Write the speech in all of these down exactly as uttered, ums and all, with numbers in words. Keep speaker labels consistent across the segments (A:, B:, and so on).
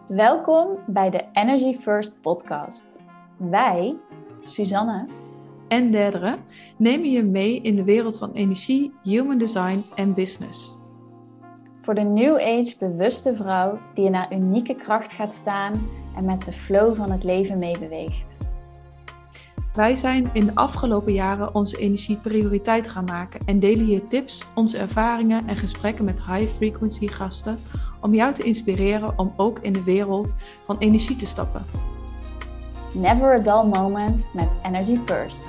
A: Welkom bij de Energy First podcast. Wij, Suzanne
B: en Derdere, nemen je mee in de wereld van energie, human design en business.
A: Voor de New Age bewuste vrouw die in haar unieke kracht gaat staan en met de flow van het leven meebeweegt.
B: Wij zijn in de afgelopen jaren onze energie prioriteit gaan maken en delen hier tips, onze ervaringen en gesprekken met high-frequency gasten om jou te inspireren om ook in de wereld van energie te stappen.
A: Never a dull moment met Energy First.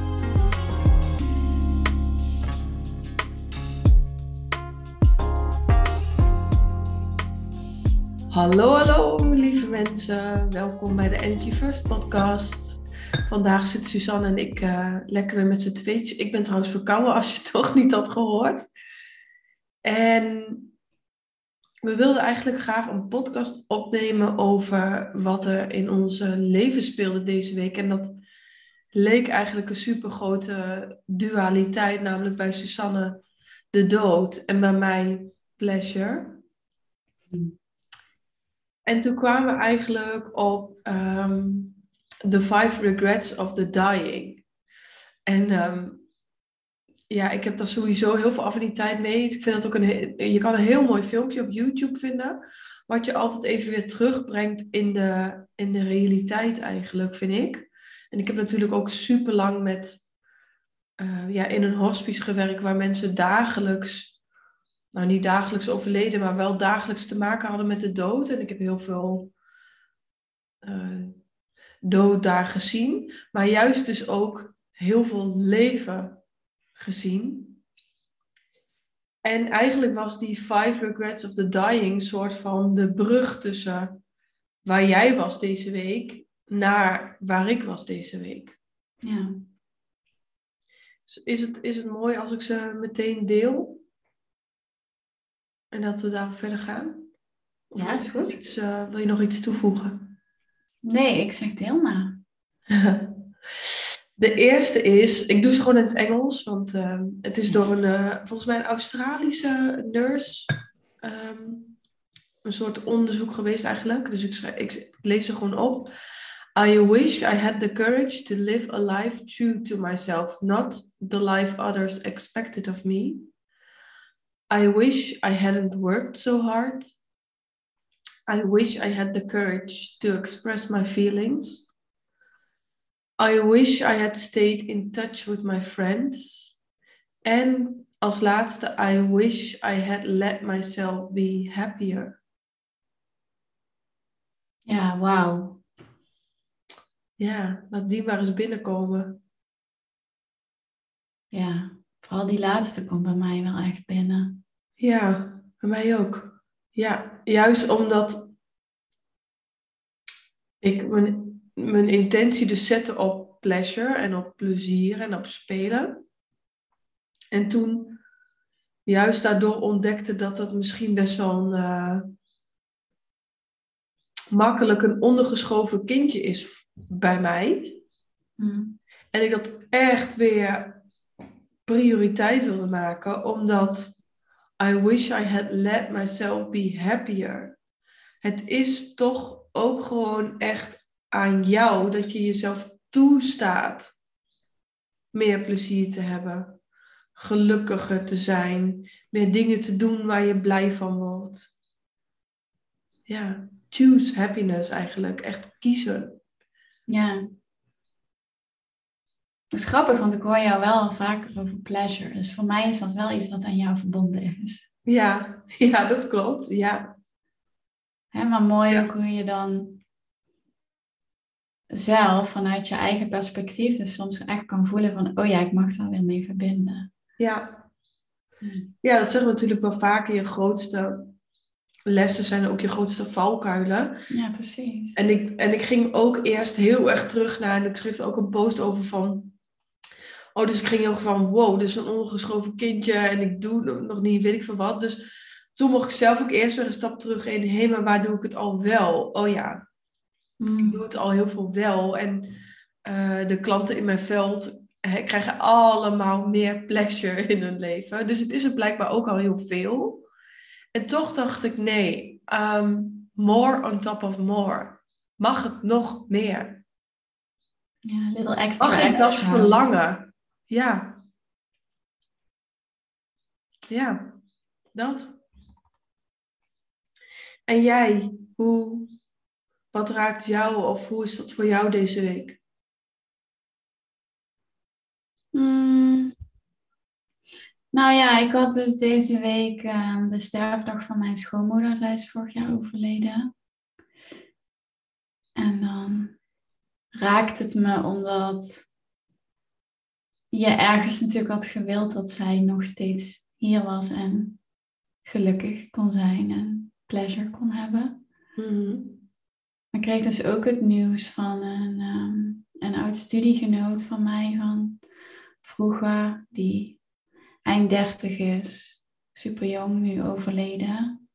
B: Hallo, hallo lieve mensen. Welkom bij de Energy First podcast. Vandaag zitten Suzanne en ik uh, lekker weer met z'n tweetjes. Ik ben trouwens verkouden als je het toch niet had gehoord. En we wilden eigenlijk graag een podcast opnemen over wat er in onze leven speelde deze week. En dat leek eigenlijk een supergrote dualiteit, namelijk bij Suzanne de dood en bij mij pleasure. En toen kwamen we eigenlijk op um, The Five Regrets of the Dying. En um, ja, ik heb daar sowieso heel veel affiniteit mee. Ik vind dat ook een, je kan een heel mooi filmpje op YouTube vinden, wat je altijd even weer terugbrengt in de, in de realiteit eigenlijk, vind ik. En ik heb natuurlijk ook super lang met, uh, ja, in een hospice gewerkt, waar mensen dagelijks, nou niet dagelijks overleden, maar wel dagelijks te maken hadden met de dood. En ik heb heel veel uh, dood daar gezien, maar juist dus ook heel veel leven gezien. En eigenlijk was die Five Regrets of the Dying soort van de brug tussen waar jij was deze week naar waar ik was deze week.
A: Ja.
B: Is het, is het mooi als ik ze meteen deel? En dat we daarop verder gaan? Of
A: Ja, is goed.
B: Iets, uh, wil je nog iets toevoegen?
A: Nee, ik zeg deel maar.
B: De eerste is, ik doe ze gewoon in het Engels, want uh, het is door een, uh, volgens mij een Australische nurse, um, een soort onderzoek geweest eigenlijk. Dus ik, schrijf, ik lees ze gewoon op. I wish I had the courage to live a life true to myself, not the life others expected of me. I wish I hadn't worked so hard. I wish I had the courage to express my feelings. I wish I had stayed in touch with my friends. En als laatste, I wish I had let myself be happier.
A: Ja, wauw.
B: Ja, laat die maar eens binnenkomen.
A: Ja, vooral die laatste komt bij mij wel echt binnen.
B: Ja, bij mij ook. Ja, juist omdat ik mijn, mijn intentie dus zette op pleasure en op plezier en op spelen. En toen juist daardoor ontdekte dat dat misschien best wel een, uh, makkelijk een ondergeschoven kindje is bij mij.
A: Mm.
B: En ik dat echt weer prioriteit wilde maken, omdat I wish I had let myself be happier. Het is toch ook gewoon echt aan jou dat je jezelf toestaat meer plezier te hebben, gelukkiger te zijn, meer dingen te doen waar je blij van wordt. Ja, choose happiness eigenlijk, echt kiezen.
A: Ja. Dat is grappig, want ik hoor jou wel vaak over pleasure. Dus voor mij is dat wel iets wat aan jou verbonden is.
B: Ja, ja, dat klopt, ja.
A: Hè, maar mooi
B: Ja.
A: ook hoe je dan zelf vanuit je eigen perspectief dus soms echt kan voelen van, oh ja, ik mag daar weer mee verbinden.
B: Ja.
A: Hmm.
B: Ja, dat zeggen we natuurlijk wel vaker. Je grootste lessen zijn ook je grootste valkuilen.
A: Ja, precies.
B: En ik, en ik ging ook eerst heel erg terug naar, en ik schreef er ook een post over van, oh, dus ik ging heel erg van, wow, dit is een ongeschoven kindje en ik doe nog niet, weet ik veel wat. Dus toen mocht ik zelf ook eerst weer een stap terug in, hé, maar waar doe ik het al wel? Oh ja,
A: Hmm.
B: ik doe het al heel veel wel. En uh, de klanten in mijn veld he, krijgen allemaal meer pleasure in hun leven. Dus het is er blijkbaar ook al heel veel. En toch dacht ik, nee, um, more on top of more. Mag het nog meer?
A: Ja, little extra
B: Mag ik dat
A: extra.
B: verlangen? Ja. Ja, dat. En jij, hoe, wat raakt jou of hoe is dat voor jou deze week?
A: Hmm. Nou ja, ik had dus deze week uh, de sterfdag van mijn schoonmoeder. Zij is vorig jaar overleden. En dan raakt het me omdat je ergens natuurlijk had gewild dat zij nog steeds hier was en gelukkig kon zijn en pleasure kon hebben.
B: Mm-hmm.
A: Ik kreeg dus ook het nieuws van een, um, een oud studiegenoot van mij van vroeger, die eind dertig is, super jong, nu overleden.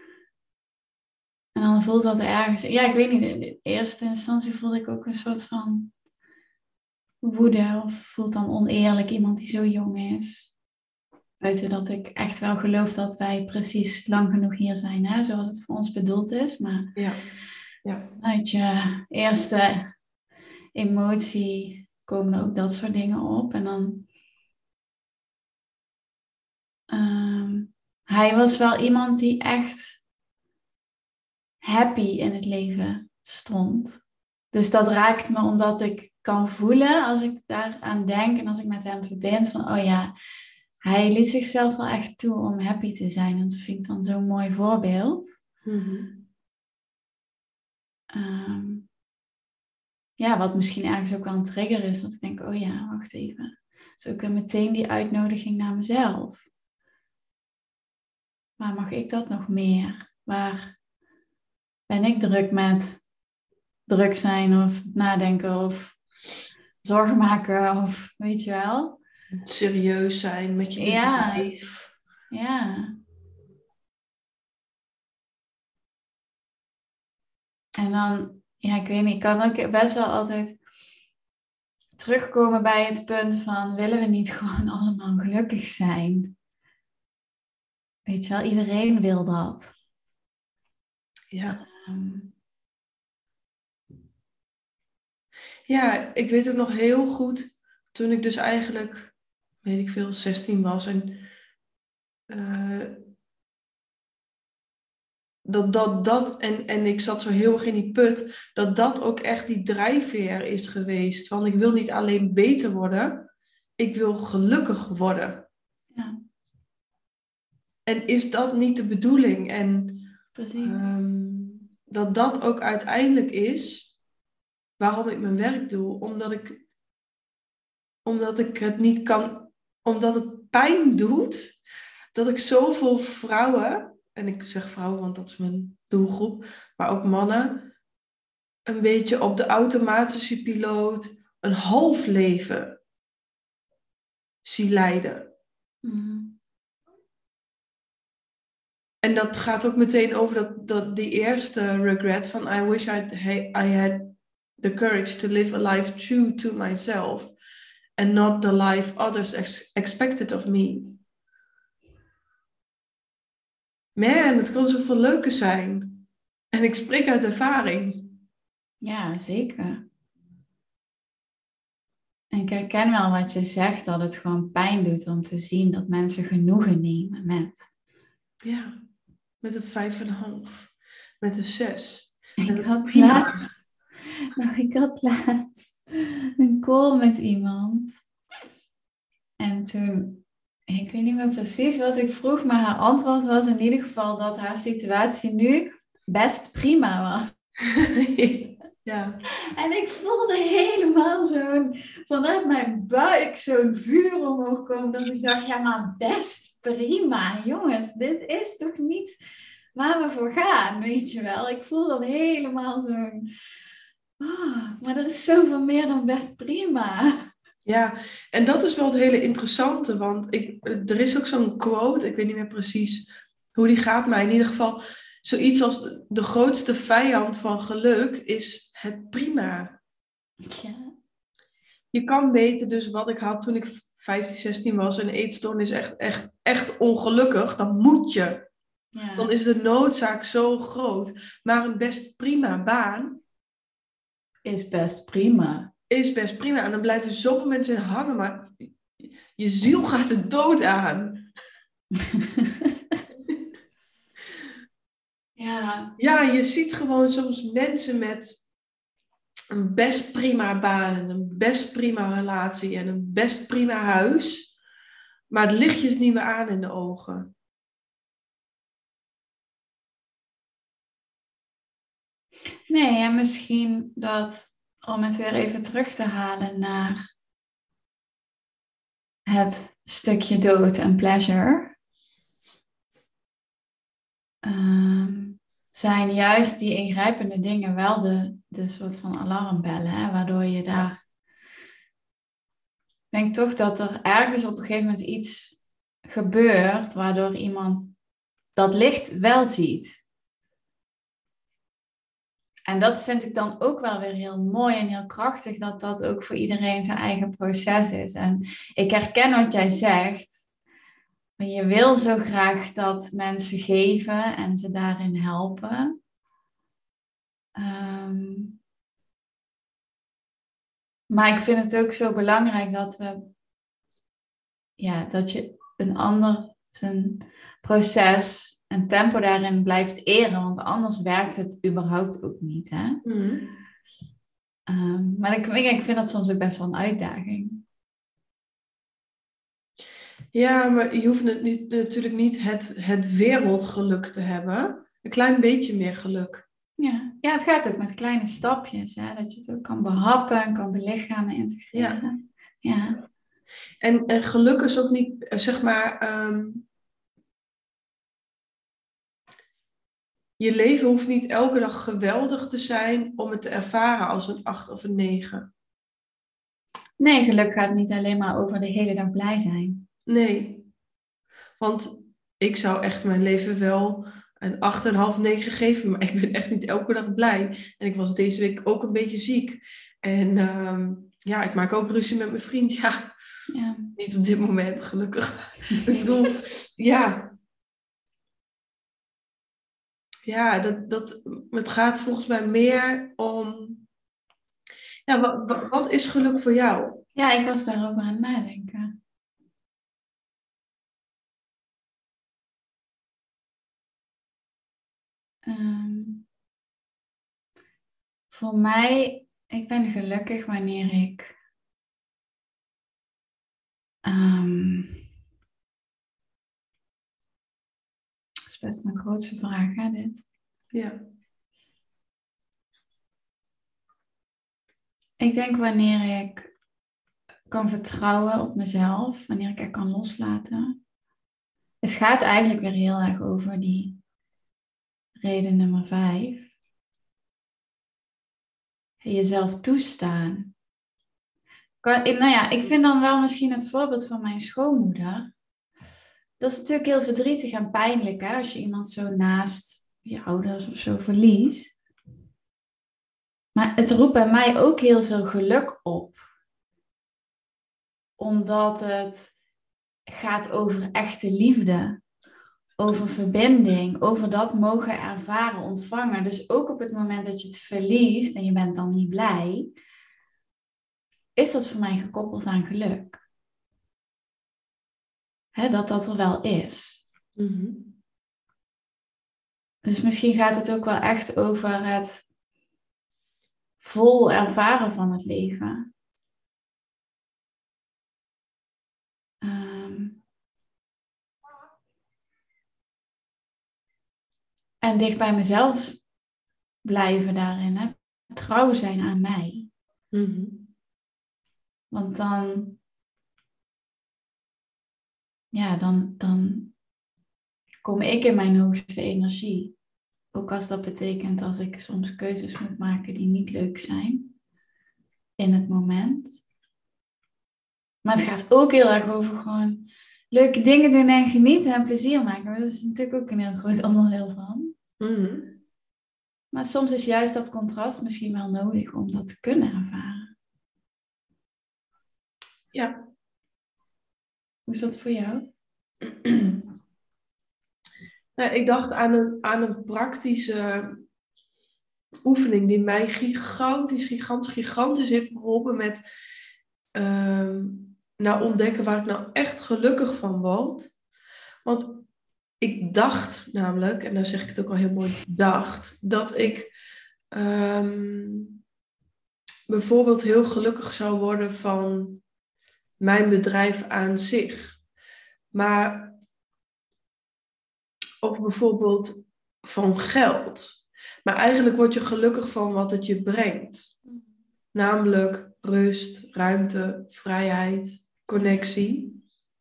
A: En dan voelt dat ergens, ja, ik weet niet, in eerste instantie voelde ik ook een soort van woede of voelt dan oneerlijk iemand die zo jong is. Buiten dat ik echt wel geloof dat wij precies lang genoeg hier zijn, hè, zoals het voor ons bedoeld is. Maar
B: ja. Ja.
A: uit je eerste emotie komen er ook dat soort dingen op. En dan... Um, hij was wel iemand die echt happy in het leven stond. Dus dat raakt me omdat ik kan voelen als ik daaraan denk en als ik met hem verbind van oh ja, hij liet zichzelf wel echt toe om happy te zijn. En dat vind ik dan zo'n mooi voorbeeld.
B: Mm-hmm.
A: Um, ja, wat misschien ergens ook wel een trigger is. Dat ik denk, oh ja, wacht even. Dus ook meteen die uitnodiging naar mezelf. Waar mag ik dat nog meer? Waar ben ik druk met druk zijn of nadenken of zorgen maken of weet je wel?
B: Serieus zijn met je
A: ja,
B: bedrijf.
A: Ja. En dan, ja, ik weet niet, ik kan ook best wel altijd terugkomen bij het punt van, willen we niet gewoon allemaal gelukkig zijn? Weet je wel, iedereen wil dat.
B: Ja.
A: Um,
B: Ja, ik weet ook nog heel goed, toen ik dus eigenlijk, weet ik veel, zestien was en uh, dat dat, dat en, en ik zat zo heel erg in die put, dat dat ook echt die drijfveer is geweest. Van ik wil niet alleen beter worden, ik wil gelukkig worden.
A: ja.
B: En is dat niet de bedoeling? En um, dat dat ook uiteindelijk is waarom ik mijn werk doe. Omdat ik, omdat ik het niet kan, omdat het pijn doet, dat ik zoveel vrouwen, en ik zeg vrouwen, want dat is mijn doelgroep, maar ook mannen, een beetje op de automatische piloot een half leven zie leiden.
A: Mm-hmm.
B: En dat gaat ook meteen over dat, dat die eerste regret van I wish I'd, I had the courage to live a life true to myself and not the life others ex- expected of me. Man, het kan zoveel leuker zijn. En ik spreek uit ervaring.
A: Ja, zeker. En ik herken wel wat je zegt, dat het gewoon pijn doet om te zien dat mensen genoegen nemen met.
B: Ja, met een vijf en een half. Met een zes.
A: Ik had laatst, nou, ik had laatst een call met iemand. En toen, ik weet niet meer precies wat ik vroeg, maar haar antwoord was in ieder geval dat haar situatie nu best prima was.
B: Ja.
A: En ik voelde helemaal zo'n, vanuit mijn buik zo'n vuur omhoog komen. Dat ik dacht, ja maar best prima. Jongens, dit is toch niet waar we voor gaan, weet je wel. Ik voel dan helemaal zo'n, oh, maar er is zoveel meer dan best prima.
B: Ja, en dat is wel het hele interessante. Want ik, er is ook zo'n quote, ik weet niet meer precies hoe die gaat. Maar in ieder geval, zoiets als de, de grootste vijand van geluk is het prima.
A: Ja.
B: Je kan weten dus wat ik had toen ik vijftien, zestien was. Een eetstoornis is echt, echt, echt ongelukkig. Dan moet je
A: Ja.
B: Dan is de noodzaak zo groot. Maar een best prima baan
A: Is best prima.
B: is best prima. En dan blijven zoveel mensen in hangen, maar je ziel gaat de dood aan.
A: Ja.
B: Ja, je ziet gewoon soms mensen met een best prima baan en een best prima relatie en een best prima huis. Maar het lichtje is niet meer aan in de ogen.
A: Nee, en misschien dat, om het weer even terug te halen naar het stukje dood en pleasure, um, zijn juist die ingrijpende dingen wel de, de soort van alarmbellen, hè, waardoor je daar... Ik denk toch dat er ergens op een gegeven moment iets gebeurt, waardoor iemand dat licht wel ziet. En dat vind ik dan ook wel weer heel mooi en heel krachtig, dat dat ook voor iedereen zijn eigen proces is. En ik herken wat jij zegt. Je wil zo graag dat mensen geven en ze daarin helpen. Um, maar ik vind het ook zo belangrijk dat we, ja, dat je een ander zijn proces en tempo daarin blijft eren, want anders werkt het überhaupt ook niet, hè?
B: Mm.
A: Um, maar ik, ik vind dat soms ook best wel een uitdaging.
B: Ja, maar je hoeft het niet, natuurlijk niet het, het wereldgeluk te hebben. Een klein beetje meer geluk.
A: Ja. Ja, het gaat ook met kleine stapjes, hè? Dat je het ook kan behappen en kan belichamen, integreren. Ja. Ja.
B: En, en geluk is ook niet, zeg maar, um, je leven hoeft niet elke dag geweldig te zijn om het te ervaren als een acht of een negen.
A: Nee, geluk gaat niet alleen maar over de hele dag blij zijn.
B: Nee, want ik zou echt mijn leven wel een acht komma vijf, negen geven, maar ik ben echt niet elke dag blij. En ik was deze week ook een beetje ziek. En um, ja, ik maak ook ruzie met mijn vriend, ja.
A: Ja.
B: Niet op dit moment, gelukkig. Ik bedoel, ja. Ja, dat, dat, het gaat volgens mij meer om... Ja, wat, wat is geluk voor jou?
A: Ja, ik was daarover aan het nadenken. Um, voor mij, ik ben gelukkig wanneer ik... Um, dat is best een grootste vraag, hè, dit.
B: Ja.
A: Ik denk wanneer ik kan vertrouwen op mezelf, wanneer ik er kan loslaten. Het gaat eigenlijk weer heel erg over die reden nummer vijf. Jezelf toestaan. Nou ja, ik vind dan wel misschien het voorbeeld van mijn schoonmoeder. Dat is natuurlijk heel verdrietig en pijnlijk, hè, als je iemand zo naast je ouders of zo verliest. Maar het roept bij mij ook heel veel geluk op. Omdat het gaat over echte liefde. Over verbinding. Over dat mogen ervaren, ontvangen. Dus ook op het moment dat je het verliest en je bent dan niet blij, is dat voor mij gekoppeld aan geluk. Hè, dat dat er wel is.
B: Mm-hmm.
A: Dus misschien gaat het ook wel echt over het vol ervaren van het leven. Um, en dicht bij mezelf blijven daarin. Hè? Trouw zijn aan mij.
B: Mm-hmm.
A: Want dan, ja, dan, dan kom ik in mijn hoogste energie. Ook als dat betekent dat ik soms keuzes moet maken die niet leuk zijn. In het moment. Maar het gaat ook heel erg over gewoon leuke dingen doen en genieten en plezier maken. Maar dat is natuurlijk ook een heel groot onderdeel van.
B: Mm-hmm.
A: Maar soms is juist dat contrast misschien wel nodig om dat te kunnen ervaren.
B: Ja.
A: Hoe is dat voor jou?
B: Nou, ik dacht aan een, aan een praktische oefening die mij gigantisch, gigantisch, gigantisch heeft geholpen met ehm, nou ontdekken waar ik nou echt gelukkig van word. Want ik dacht namelijk, en dan zeg ik het ook al heel mooi, dacht, dat ik ehm, bijvoorbeeld heel gelukkig zou worden van mijn bedrijf aan zich. Maar, of bijvoorbeeld van geld. Maar eigenlijk word je gelukkig van wat het je brengt. Namelijk rust, ruimte, vrijheid, connectie.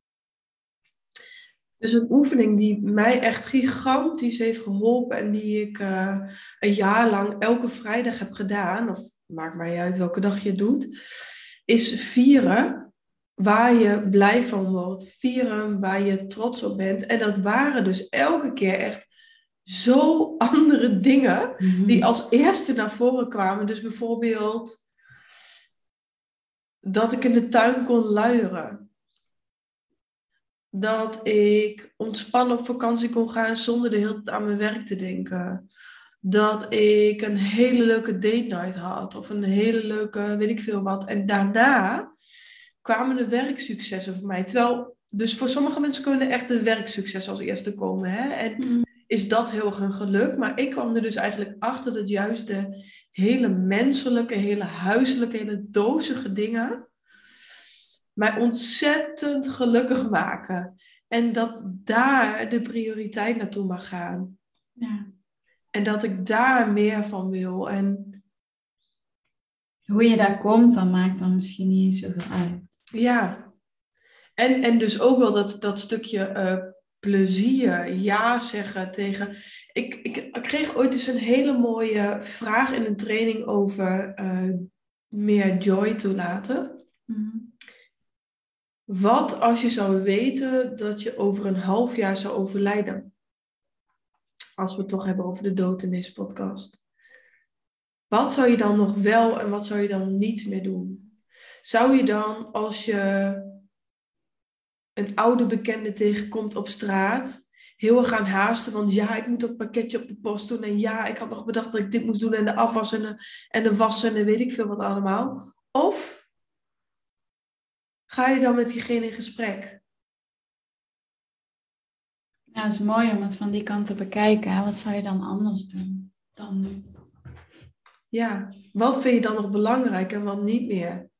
B: Dus een oefening die mij echt gigantisch heeft geholpen en die ik uh, een jaar lang elke vrijdag heb gedaan, of maakt mij niet uit welke dag je het doet, is vieren waar je blij van wordt. Vieren waar je trots op bent. En dat waren dus elke keer echt zo andere dingen die als eerste naar voren kwamen. Dus bijvoorbeeld dat ik in de tuin kon luieren. Dat ik ontspannen op vakantie kon gaan zonder de hele tijd aan mijn werk te denken. Dat ik een hele leuke date night had. Of een hele leuke, weet ik veel wat. En daarna kwamen de werksuccessen voor mij. Terwijl, dus voor sommige mensen kunnen echt de werksuccessen als eerste komen. Hè? En
A: Mm.
B: is dat heel erg een geluk. Maar ik kwam er dus eigenlijk achter dat juist de hele menselijke, hele huiselijke, hele dozige dingen mij ontzettend gelukkig maken. En dat daar de prioriteit naartoe mag gaan.
A: Ja.
B: En dat ik daar meer van wil. En
A: Hoe je daar komt, dan maakt dan misschien niet eens zoveel uit.
B: ja. En, en dus ook wel dat, dat stukje uh, plezier, ja zeggen tegen... Ik, ik, ik kreeg ooit eens een hele mooie vraag in een training over uh, meer joy toelaten.
A: Mm.
B: Wat als je zou weten dat je over een half jaar zou overlijden? Als we het toch hebben over de dood in deze podcast. Wat zou je dan nog wel en wat zou je dan niet meer doen? Zou je dan, als je een oude bekende tegenkomt op straat, heel erg gaan haasten, want ja, ik moet dat pakketje op de post doen en ja, ik had nog bedacht dat ik dit moest doen en de afwas en de, en de wassen en weet ik veel wat allemaal? Of ga je dan met diegene in gesprek?
A: Ja, het is mooi om het van die kant te bekijken. Hè? Wat zou je dan anders doen dan nu?
B: Ja, wat vind je dan nog belangrijk en wat niet meer?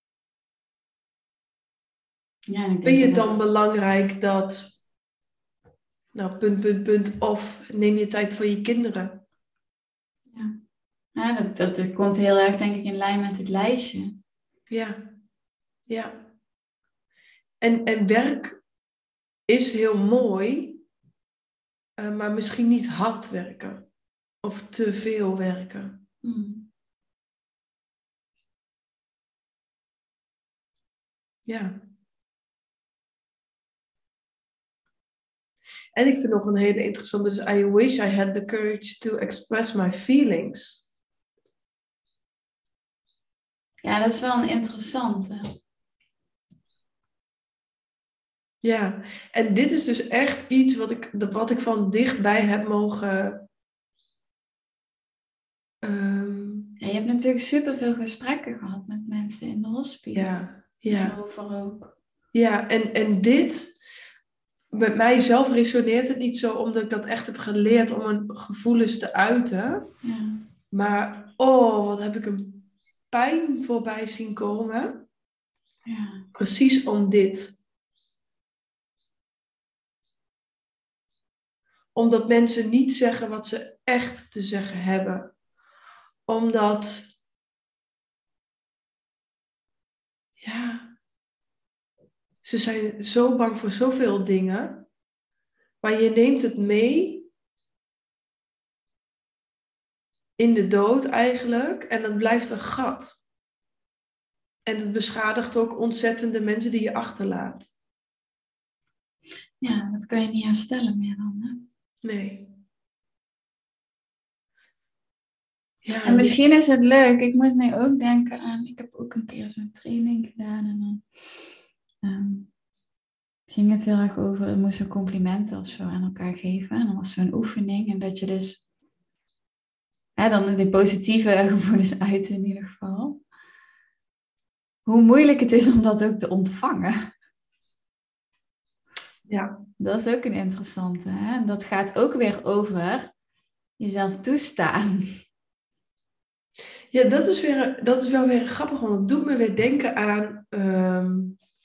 A: Ja, ik denk
B: Vind je het
A: dat
B: dan
A: dat...
B: belangrijk dat, nou, punt, punt, punt, of neem je tijd voor je kinderen?
A: Ja, ja dat, dat, dat komt heel erg, denk ik, in lijn met het lijstje.
B: Ja, ja. En, en werk is heel mooi, uh, maar misschien niet hard werken. Of te veel werken.
A: Hmm.
B: Ja. En ik vind nog een hele interessante, dus I wish I had the courage to express my feelings.
A: Ja, dat is wel een interessante.
B: Ja, en dit is dus echt iets wat ik, wat ik van dichtbij heb mogen... Um...
A: Ja, je hebt natuurlijk superveel gesprekken gehad met mensen in de hospice.
B: Ja, ja.
A: Hierover ook.
B: Ja, en, en dit... Met mijzelf resoneert het niet zo, omdat ik dat echt heb geleerd om mijn gevoelens te uiten.
A: Ja.
B: Maar, oh, wat heb ik een pijn voorbij zien komen.
A: Ja.
B: Precies om dit. Omdat mensen niet zeggen wat ze echt te zeggen hebben. Omdat, ja, ze zijn zo bang voor zoveel dingen. Maar je neemt het mee in de dood eigenlijk. En dat blijft een gat. En het beschadigt ook ontzettend de mensen die je achterlaat.
A: Ja, dat kan je niet herstellen meer dan, hè?
B: Nee. Ja,
A: en misschien is het leuk. Ik moet nu ook denken aan... Ik heb ook een keer zo'n training gedaan. En dan, um, ging het heel erg over, we moesten complimenten of zo aan elkaar geven. En dan was zo'n oefening. En dat je dus, hè, dan die positieve gevoelens uit in ieder geval. Hoe moeilijk het is om dat ook te ontvangen.
B: Ja.
A: Dat is ook een interessante. Hè? En dat gaat ook weer over jezelf toestaan.
B: Ja, dat is, weer, dat is wel weer grappig, want het doet me weer denken aan, ehm,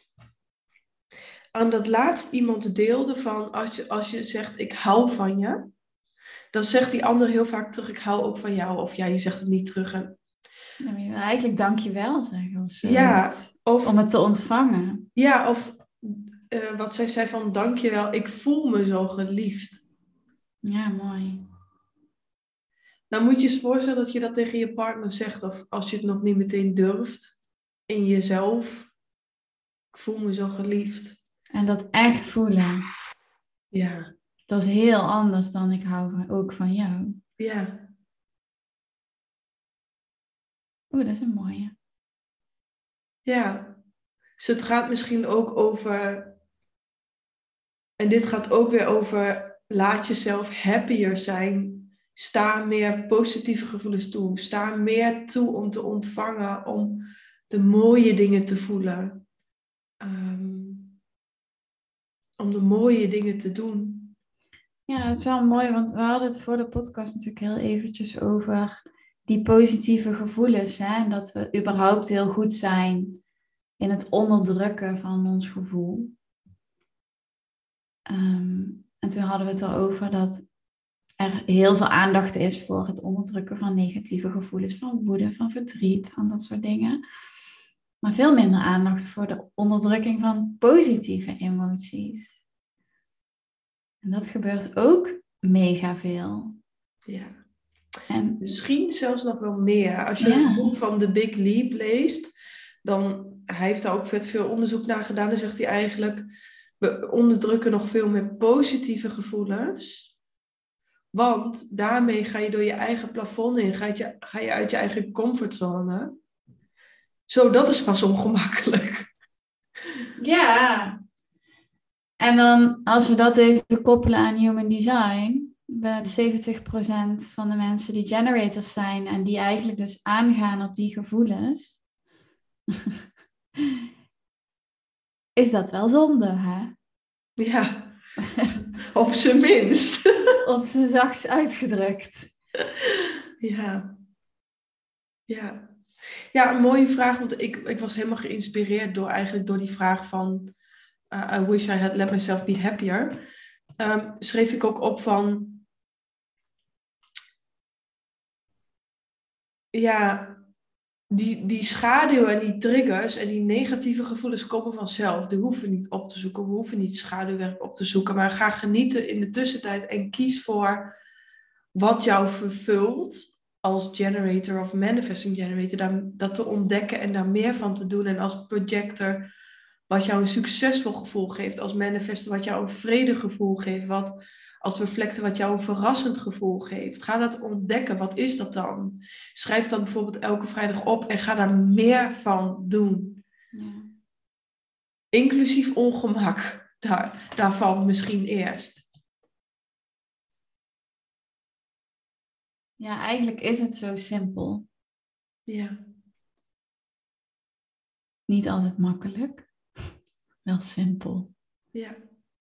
B: aan dat laatst iemand deelde van als je, als je zegt ik hou van je, dan zegt die ander heel vaak terug ik hou ook van jou. Of ja, je zegt het niet terug. En,
A: Dan wil je eigenlijk dankjewel zeggen of
B: ja,
A: zoiets.
B: of,
A: Om het te ontvangen.
B: ja, of uh, wat zij zei van dankjewel, ik voel me zo geliefd.
A: Ja, mooi.
B: Nou moet je eens voorstellen dat je dat tegen je partner zegt. Of als je het nog niet meteen durft in jezelf. Ik voel me zo geliefd.
A: En dat echt voelen.
B: Ja.
A: Dat is heel anders dan ik hou van, ook van jou.
B: Ja.
A: Oeh, dat is een mooie.
B: Ja. Dus het gaat misschien ook over... En dit gaat ook weer over... Laat jezelf happier zijn. Sta meer positieve gevoelens toe. Sta meer toe om te ontvangen. Om de mooie dingen te voelen. Um, om de mooie dingen te doen.
A: Ja, het is wel mooi, want we hadden het voor de podcast natuurlijk heel eventjes over die positieve gevoelens. Hè? En dat we überhaupt heel goed zijn in het onderdrukken van ons gevoel. Um, en toen hadden we het erover dat er heel veel aandacht is voor het onderdrukken van negatieve gevoelens, van woede, van verdriet, van dat soort dingen. Maar veel minder aandacht voor de onderdrukking van positieve emoties. En dat gebeurt ook mega veel.
B: Ja.
A: En,
B: misschien zelfs nog wel meer. Als je ja. het boek van The Big Leap leest, dan hij heeft daar ook vet veel onderzoek naar gedaan. Dan zegt hij eigenlijk, we onderdrukken nog veel meer positieve gevoelens. Want daarmee ga je door je eigen plafond in, ga je, ga je uit je eigen comfortzone. Zo, dat is pas ongemakkelijk.
A: Ja. En dan, als we dat even koppelen aan human design, met zeventig procent van de mensen die generators zijn en die eigenlijk dus aangaan op die gevoelens, is dat wel zonde, hè?
B: Ja, op zijn minst.
A: Op zijn zachtst uitgedrukt.
B: Ja. Ja. Ja, een mooie vraag, want ik, ik was helemaal geïnspireerd door eigenlijk door die vraag van uh, I wish I had let myself be happier. Um, schreef ik ook op van ja, die, die schaduw en die triggers en die negatieve gevoelens komen vanzelf. Die hoeven niet op te zoeken, we hoeven niet schaduwwerk op te zoeken, maar ga genieten in de tussentijd en kies voor wat jou vervult als generator of manifesting generator, daar, dat te ontdekken en daar meer van te doen. En als projector, wat jou een succesvol gevoel geeft. Als manifester, wat jou een vredegevoel geeft. Wat als reflector, wat jou een verrassend gevoel geeft. Ga dat ontdekken. Wat is dat dan? Schrijf dat bijvoorbeeld elke vrijdag op en ga daar meer van doen.
A: Ja.
B: Inclusief ongemak daar, daarvan misschien eerst.
A: Ja, eigenlijk is het zo simpel.
B: Ja.
A: Niet altijd makkelijk, wel simpel.
B: Ja.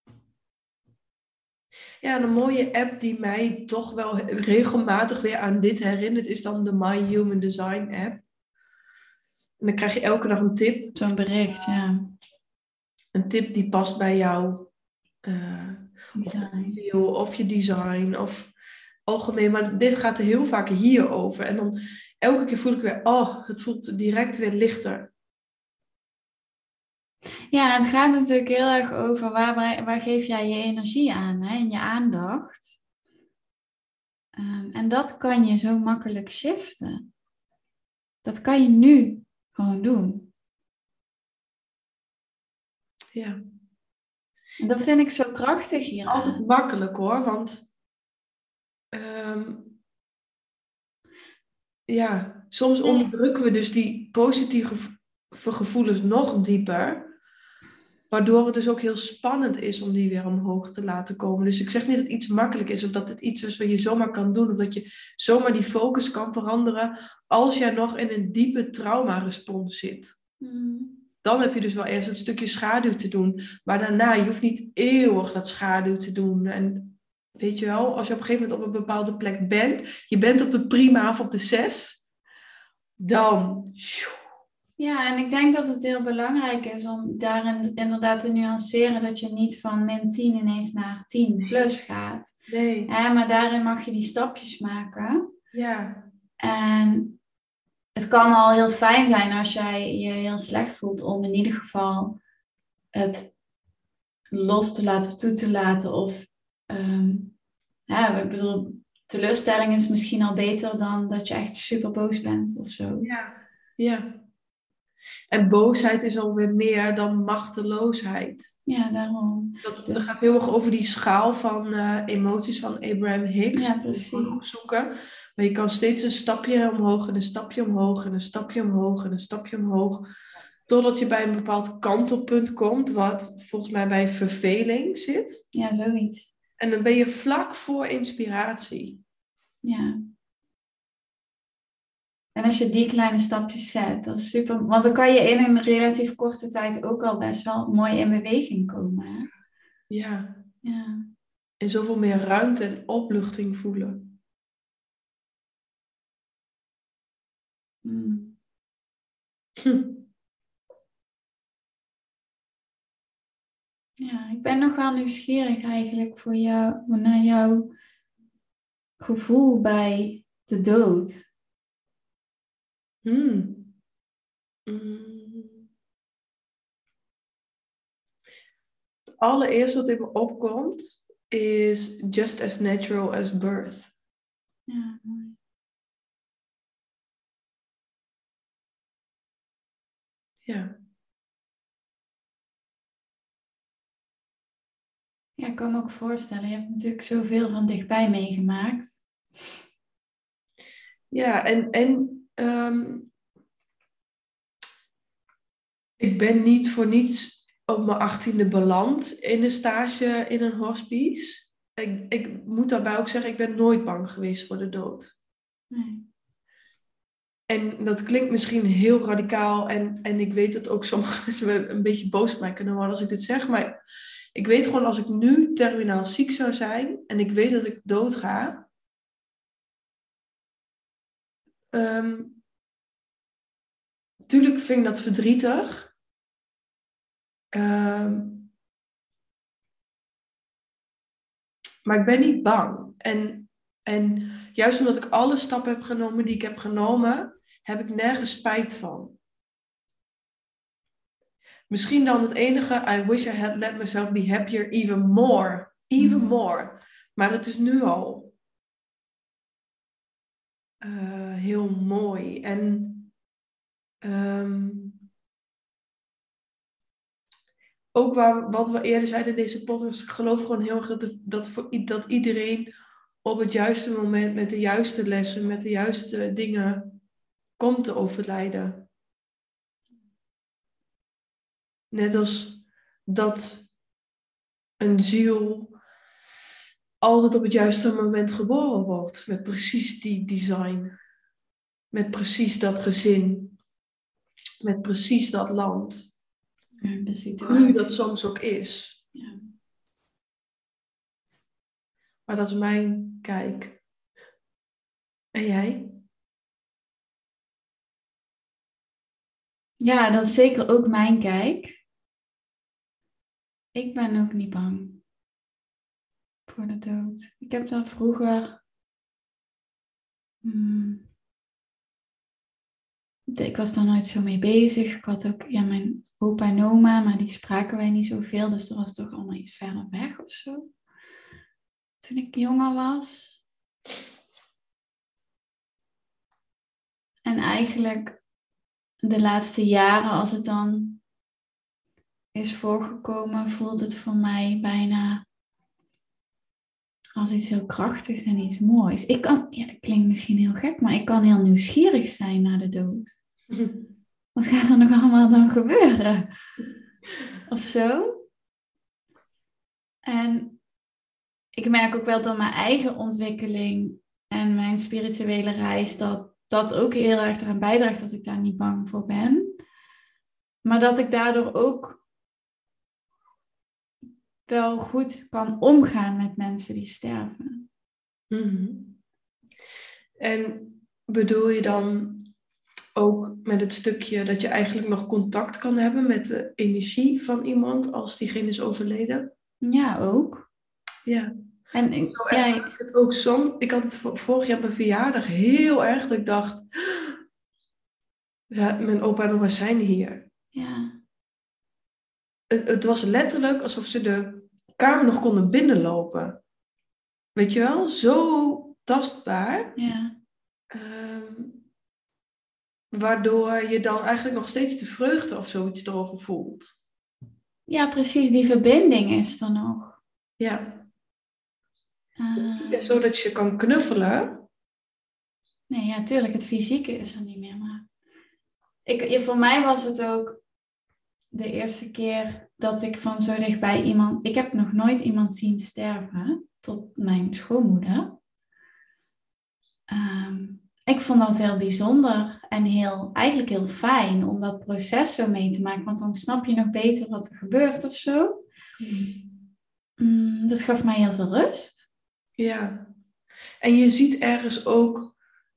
B: Ja, en een mooie app die mij toch wel regelmatig weer aan dit herinnert, is dan de My Human Design app. En dan krijg je elke dag een tip.
A: Zo'n bericht, ja.
B: Een tip die past bij jou. Uh,
A: Design.
B: Of, of je design, of algemeen. Maar dit gaat er heel vaak hierover. En dan elke keer voel ik weer, oh, het voelt direct weer lichter.
A: Ja, het gaat natuurlijk heel erg over waar, waar geef jij je energie aan, hè, en je aandacht. Um, en dat kan je zo makkelijk shiften. Dat kan je nu gewoon doen.
B: Ja.
A: En dat vind ik zo krachtig hier.
B: Altijd makkelijk hoor, want um, ja, soms onderdrukken we dus die positieve gevoelens nog dieper. Waardoor het dus ook heel spannend is om die weer omhoog te laten komen. Dus ik zeg niet dat iets makkelijk is of dat het iets is wat je zomaar kan doen. Of dat je zomaar die focus kan veranderen als jij nog in een diepe traumarespons zit.
A: Mm.
B: Dan heb je dus wel eerst het stukje schaduw te doen. Maar daarna, je hoeft niet eeuwig dat schaduw te doen. En weet je wel, als je op een gegeven moment op een bepaalde plek bent. Je bent op de prima of op de zes. Dan...
A: Ja, en ik denk dat het heel belangrijk is om daarin inderdaad te nuanceren dat je niet van min tien ineens naar tien plus gaat.
B: Nee.
A: Hè, maar daarin mag je die stapjes maken.
B: Ja.
A: En het kan al heel fijn zijn als jij je heel slecht voelt om in ieder geval het los te laten of toe te laten. Of, um, ja, ik bedoel, teleurstelling is misschien al beter dan dat je echt super boos bent of zo.
B: Ja, ja. En boosheid is alweer meer dan machteloosheid.
A: Ja, daarom.
B: Dat,
A: dus...
B: dat gaat heel erg over die schaal van uh, emoties van Abraham Hicks.
A: Ja, precies.
B: Opzoeken. Maar je kan steeds een stapje omhoog en een stapje omhoog en een stapje omhoog en een stapje omhoog. Totdat je bij een bepaald kantelpunt komt, wat volgens mij bij verveling zit.
A: Ja, zoiets.
B: En dan ben je vlak voor inspiratie.
A: Ja. En als je die kleine stapjes zet, dat is super. Want dan kan je in een relatief korte tijd ook al best wel mooi in beweging komen. Hè?
B: Ja.
A: Ja.
B: En zoveel meer ruimte en opluchting voelen.
A: Mm.
B: Hm.
A: Ja, ik ben nog wel nieuwsgierig eigenlijk voor jou, naar jouw gevoel bij de dood.
B: Hmm. Mm. Het allereerste wat in me opkomt is just as natural as birth.
A: Ja, mooi.
B: Ja.
A: Ja, ik kan me ook voorstellen. Je hebt natuurlijk zoveel van dichtbij meegemaakt.
B: Ja, en, en um, ik ben niet voor niets op mijn achttiende beland in een stage in een hospice. Ik, ik moet daarbij ook zeggen, ik ben nooit bang geweest voor de dood.
A: Nee.
B: En dat klinkt misschien heel radicaal en, en ik weet dat ook sommige mensen een beetje boos op mij kunnen worden als ik dit zeg, maar ik weet gewoon als ik nu terminaal ziek zou zijn en ik weet dat ik doodga, um, tuurlijk vind ik dat verdrietig. Um, maar ik ben niet bang. En, en juist omdat ik alle stappen heb genomen die ik heb genomen, heb ik nergens spijt van. Misschien dan het enige, I wish I had let myself be happier even more. Even mm. more. Maar het is nu al uh, heel mooi. En um, ook waar, wat we eerder zeiden in deze podcast, ik geloof gewoon heel erg dat, het, dat, voor, dat iedereen op het juiste moment, met de juiste lessen, met de juiste dingen, komt te overlijden. Net als dat een ziel altijd op het juiste moment geboren wordt. Met precies die design. Met precies dat gezin. Met precies dat land.
A: Ja, de situatie.
B: Hoe dat soms ook is.
A: Ja.
B: Maar dat is mijn kijk. En jij?
A: Ja, dat is zeker ook mijn kijk. Ik ben ook niet bang voor de dood. Ik heb daar vroeger... Hmm, ik was daar nooit zo mee bezig. Ik had ook ja, mijn opa en oma, maar die spraken wij niet zoveel. Dus dat was toch allemaal iets verder weg of zo. Toen ik jonger was. En eigenlijk de laatste jaren, als het dan is voorgekomen, voelt het voor mij bijna als iets heel krachtigs en iets moois. Ik kan, ja, dat klinkt misschien heel gek, maar ik kan heel nieuwsgierig zijn naar de dood. Wat gaat er nog allemaal dan gebeuren? of zo. En ik merk ook wel door mijn eigen ontwikkeling en mijn spirituele reis dat dat ook heel erg eraan bijdraagt dat ik daar niet bang voor ben. Maar dat ik daardoor ook wel goed kan omgaan met mensen die sterven.
B: Mm-hmm. En bedoel je dan ook met het stukje dat je eigenlijk nog contact kan hebben met de energie van iemand als diegene is overleden?
A: Ja, ook.
B: Ja.
A: En ik-
B: Zo
A: ja,
B: ervaar ik het ook soms. Ik had het vo- vorig jaar op mijn verjaardag heel erg dat ik dacht, ja, mijn opa en oma zijn hier.
A: ja,
B: Het, het was letterlijk alsof ze de kamer nog konden binnenlopen. Weet je wel? Zo tastbaar.
A: ja.
B: Ehm, waardoor je dan eigenlijk nog steeds de vreugde of zoiets erover voelt.
A: Ja, precies, die verbinding is er nog.
B: Ja.
A: Uh,
B: Ja, zodat je kan knuffelen.
A: nee, ja, tuurlijk, het fysieke is er niet meer. Maar ik, ja, voor mij was het ook de eerste keer dat ik van zo dichtbij iemand... Ik heb nog nooit iemand zien sterven, tot mijn schoonmoeder. Um, ik vond dat heel bijzonder en heel, eigenlijk heel fijn om dat proces zo mee te maken. Want dan snap je nog beter wat er gebeurt of zo. Mm, dat gaf mij heel veel rust.
B: Ja. En je ziet ergens ook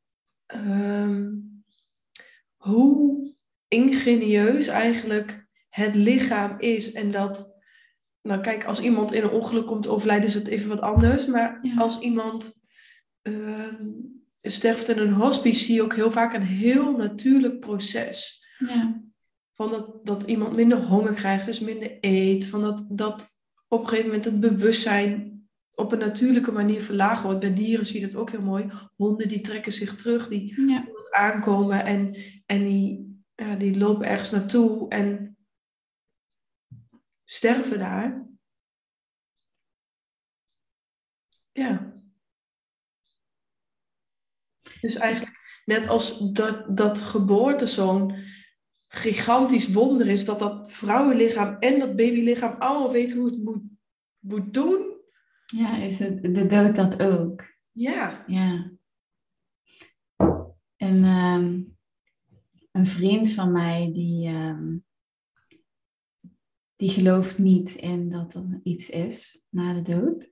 B: um, hoe ingenieus eigenlijk het lichaam is. En dat, nou kijk, als iemand in een ongeluk komt overlijden is het even wat anders. Maar
A: Ja.
B: als iemand um, sterft in een hospice zie je ook heel vaak een heel natuurlijk proces.
A: Ja.
B: Van dat, dat iemand minder honger krijgt, dus minder eet. Van dat, dat op een gegeven moment het bewustzijn op een natuurlijke manier verlagen wordt. Bij dieren zie je dat ook heel mooi. Honden die trekken zich terug, die
A: Ja.
B: aankomen en, en die, ja, die lopen ergens naartoe en sterven daar. Ja. Dus eigenlijk net als dat, dat geboorte zo'n gigantisch wonder is, dat dat vrouwenlichaam en dat babylichaam allemaal weten hoe het moet, moet doen.
A: Ja, is het, de dood dat ook.
B: Ja.
A: Ja. En um, een vriend van mij, die, um, die gelooft niet in dat er iets is na de dood.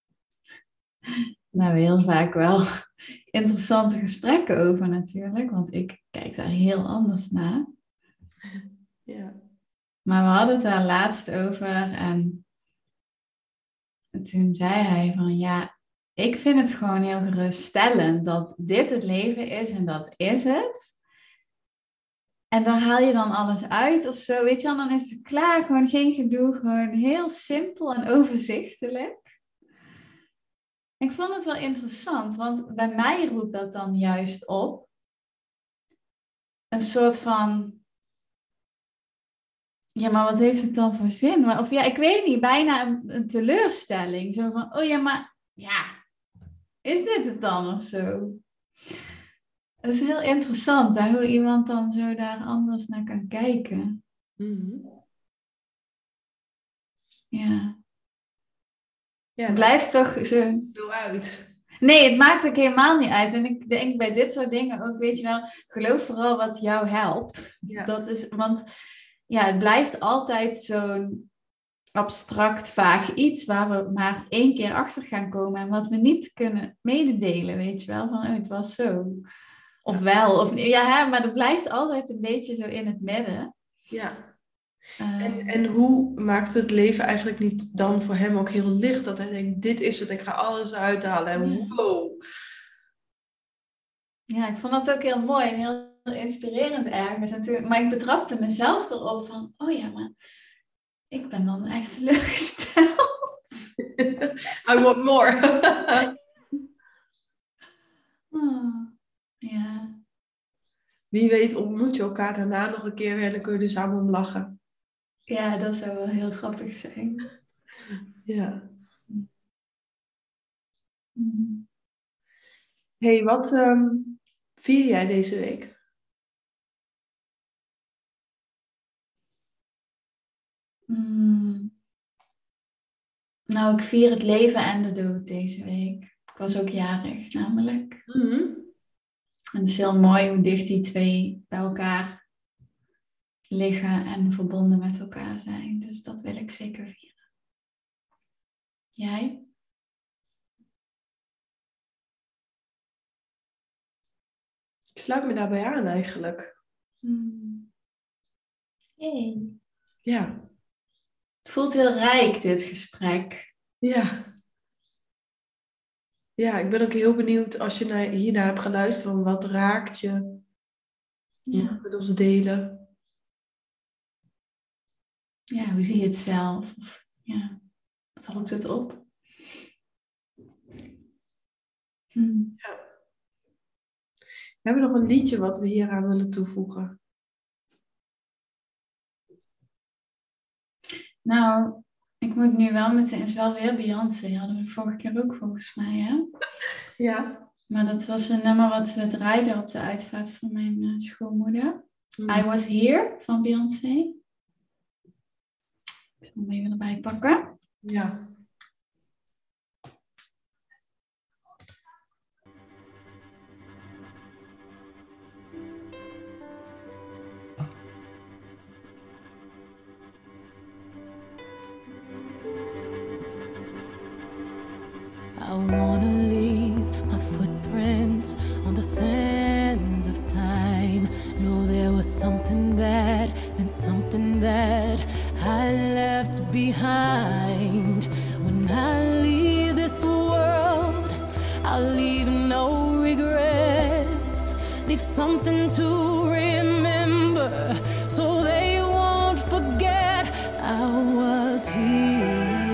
A: Nou, heel vaak wel interessante gesprekken over natuurlijk, want ik kijk daar heel anders naar.
B: Ja.
A: Maar we hadden het daar laatst over en toen zei hij van ja, ik vind het gewoon heel geruststellend dat dit het leven is en dat is het. En daar haal je dan alles uit of zo, weet je wel, dan is het klaar, gewoon geen gedoe, gewoon heel simpel en overzichtelijk. Ik vond het wel interessant, want bij mij roept dat dan juist op een soort van, ja, maar wat heeft het dan voor zin? Maar, of ja, ik weet niet, bijna een, een teleurstelling. Zo van, oh ja, maar ja, is dit het dan of zo? Het is heel interessant hè, hoe iemand dan zo daar anders naar kan kijken.
B: Mm-hmm.
A: Ja.
B: Ja,
A: Het blijft toch zo...
B: veel uit.
A: Nee, het maakt ook helemaal niet uit. En ik denk bij dit soort dingen ook, weet je wel, geloof vooral wat jou helpt.
B: Ja.
A: Dat is, want ja, het blijft altijd zo'n abstract, vaag iets waar we maar één keer achter gaan komen en wat we niet kunnen mededelen, weet je wel, van oh, het was zo. Of ja. wel, of ja, hè, maar dat blijft altijd een beetje zo in het midden.
B: Ja.
A: Um,
B: en, en hoe maakt het leven eigenlijk niet dan voor hem ook heel licht? Dat hij denkt, dit is het, ik ga alles uithalen. En
A: ja.
B: wow.
A: Ja, ik vond dat ook heel mooi en heel inspirerend ergens. En toen, maar ik betrapte mezelf erop van, oh ja, maar ik ben dan echt teleurgesteld.
B: I want more.
A: oh, ja.
B: Wie weet ontmoet je elkaar daarna nog een keer weer en dan kun je er samen om lachen.
A: Ja, dat zou wel heel grappig zijn.
B: Ja.
A: Mm.
B: Hey, wat um, vier jij deze week?
A: Mm. Nou, ik vier het leven en de dood deze week. Ik was ook jarig, namelijk.
B: Mm-hmm.
A: En het is heel mooi hoe dicht die twee bij elkaar liggen en verbonden met elkaar zijn. Dus dat wil ik zeker vieren. Jij?
B: Ik sluit me daarbij aan eigenlijk.
A: Hmm. Hey.
B: Ja.
A: Het voelt heel rijk, dit gesprek.
B: Ja. Ja, ik ben ook heel benieuwd als je naar, hiernaar hebt geluisterd. Van wat raakt je?
A: Ja.
B: Mag je met ons delen?
A: Ja, hoe zie je het zelf? Of, ja, wat roept het op? Hmm.
B: Ja. We hebben nog een liedje wat we hieraan willen toevoegen.
A: Nou, ik moet nu wel meteen, het is wel weer Beyoncé, hadden we de vorige keer ook volgens mij, hè?
B: Ja.
A: Maar dat was een nummer wat we draaiden op de uitvaart van mijn uh, schoonmoeder.
B: Hmm.
A: I Was Here van Beyoncé. Ik zal hem even erbij pakken.
B: Ja.
C: I wanna leave my footprints on the sands of time. Know there was something that meant something that I left behind. When I leave this world, I'll leave no regrets. Leave something to remember so they won't forget I was here.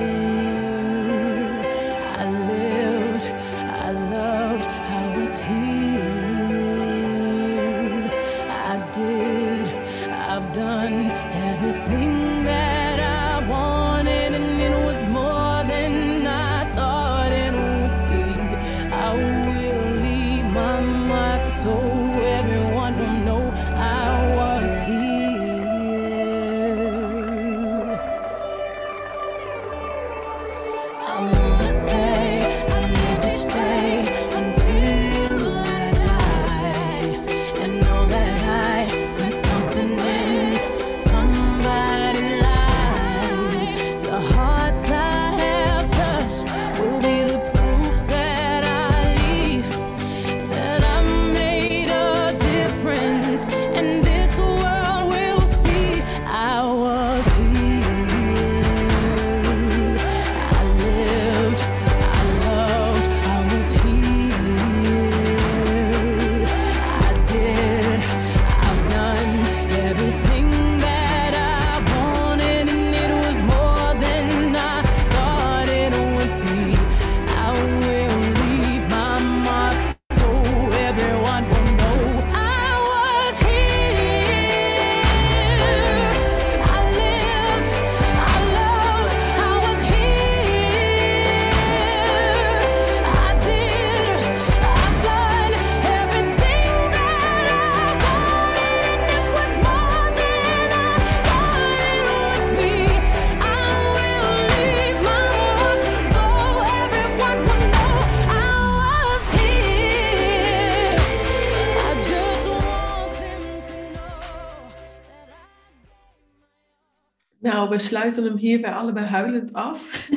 B: Nou, we sluiten hem hierbij allebei huilend af.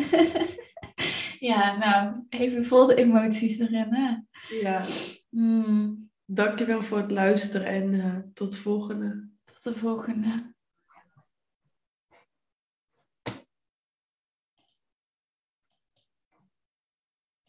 A: Ja, nou, even vol de emoties erin, hè?
B: Ja.
A: Mm.
B: Dankjewel voor het luisteren en uh, tot de volgende.
A: Tot de volgende.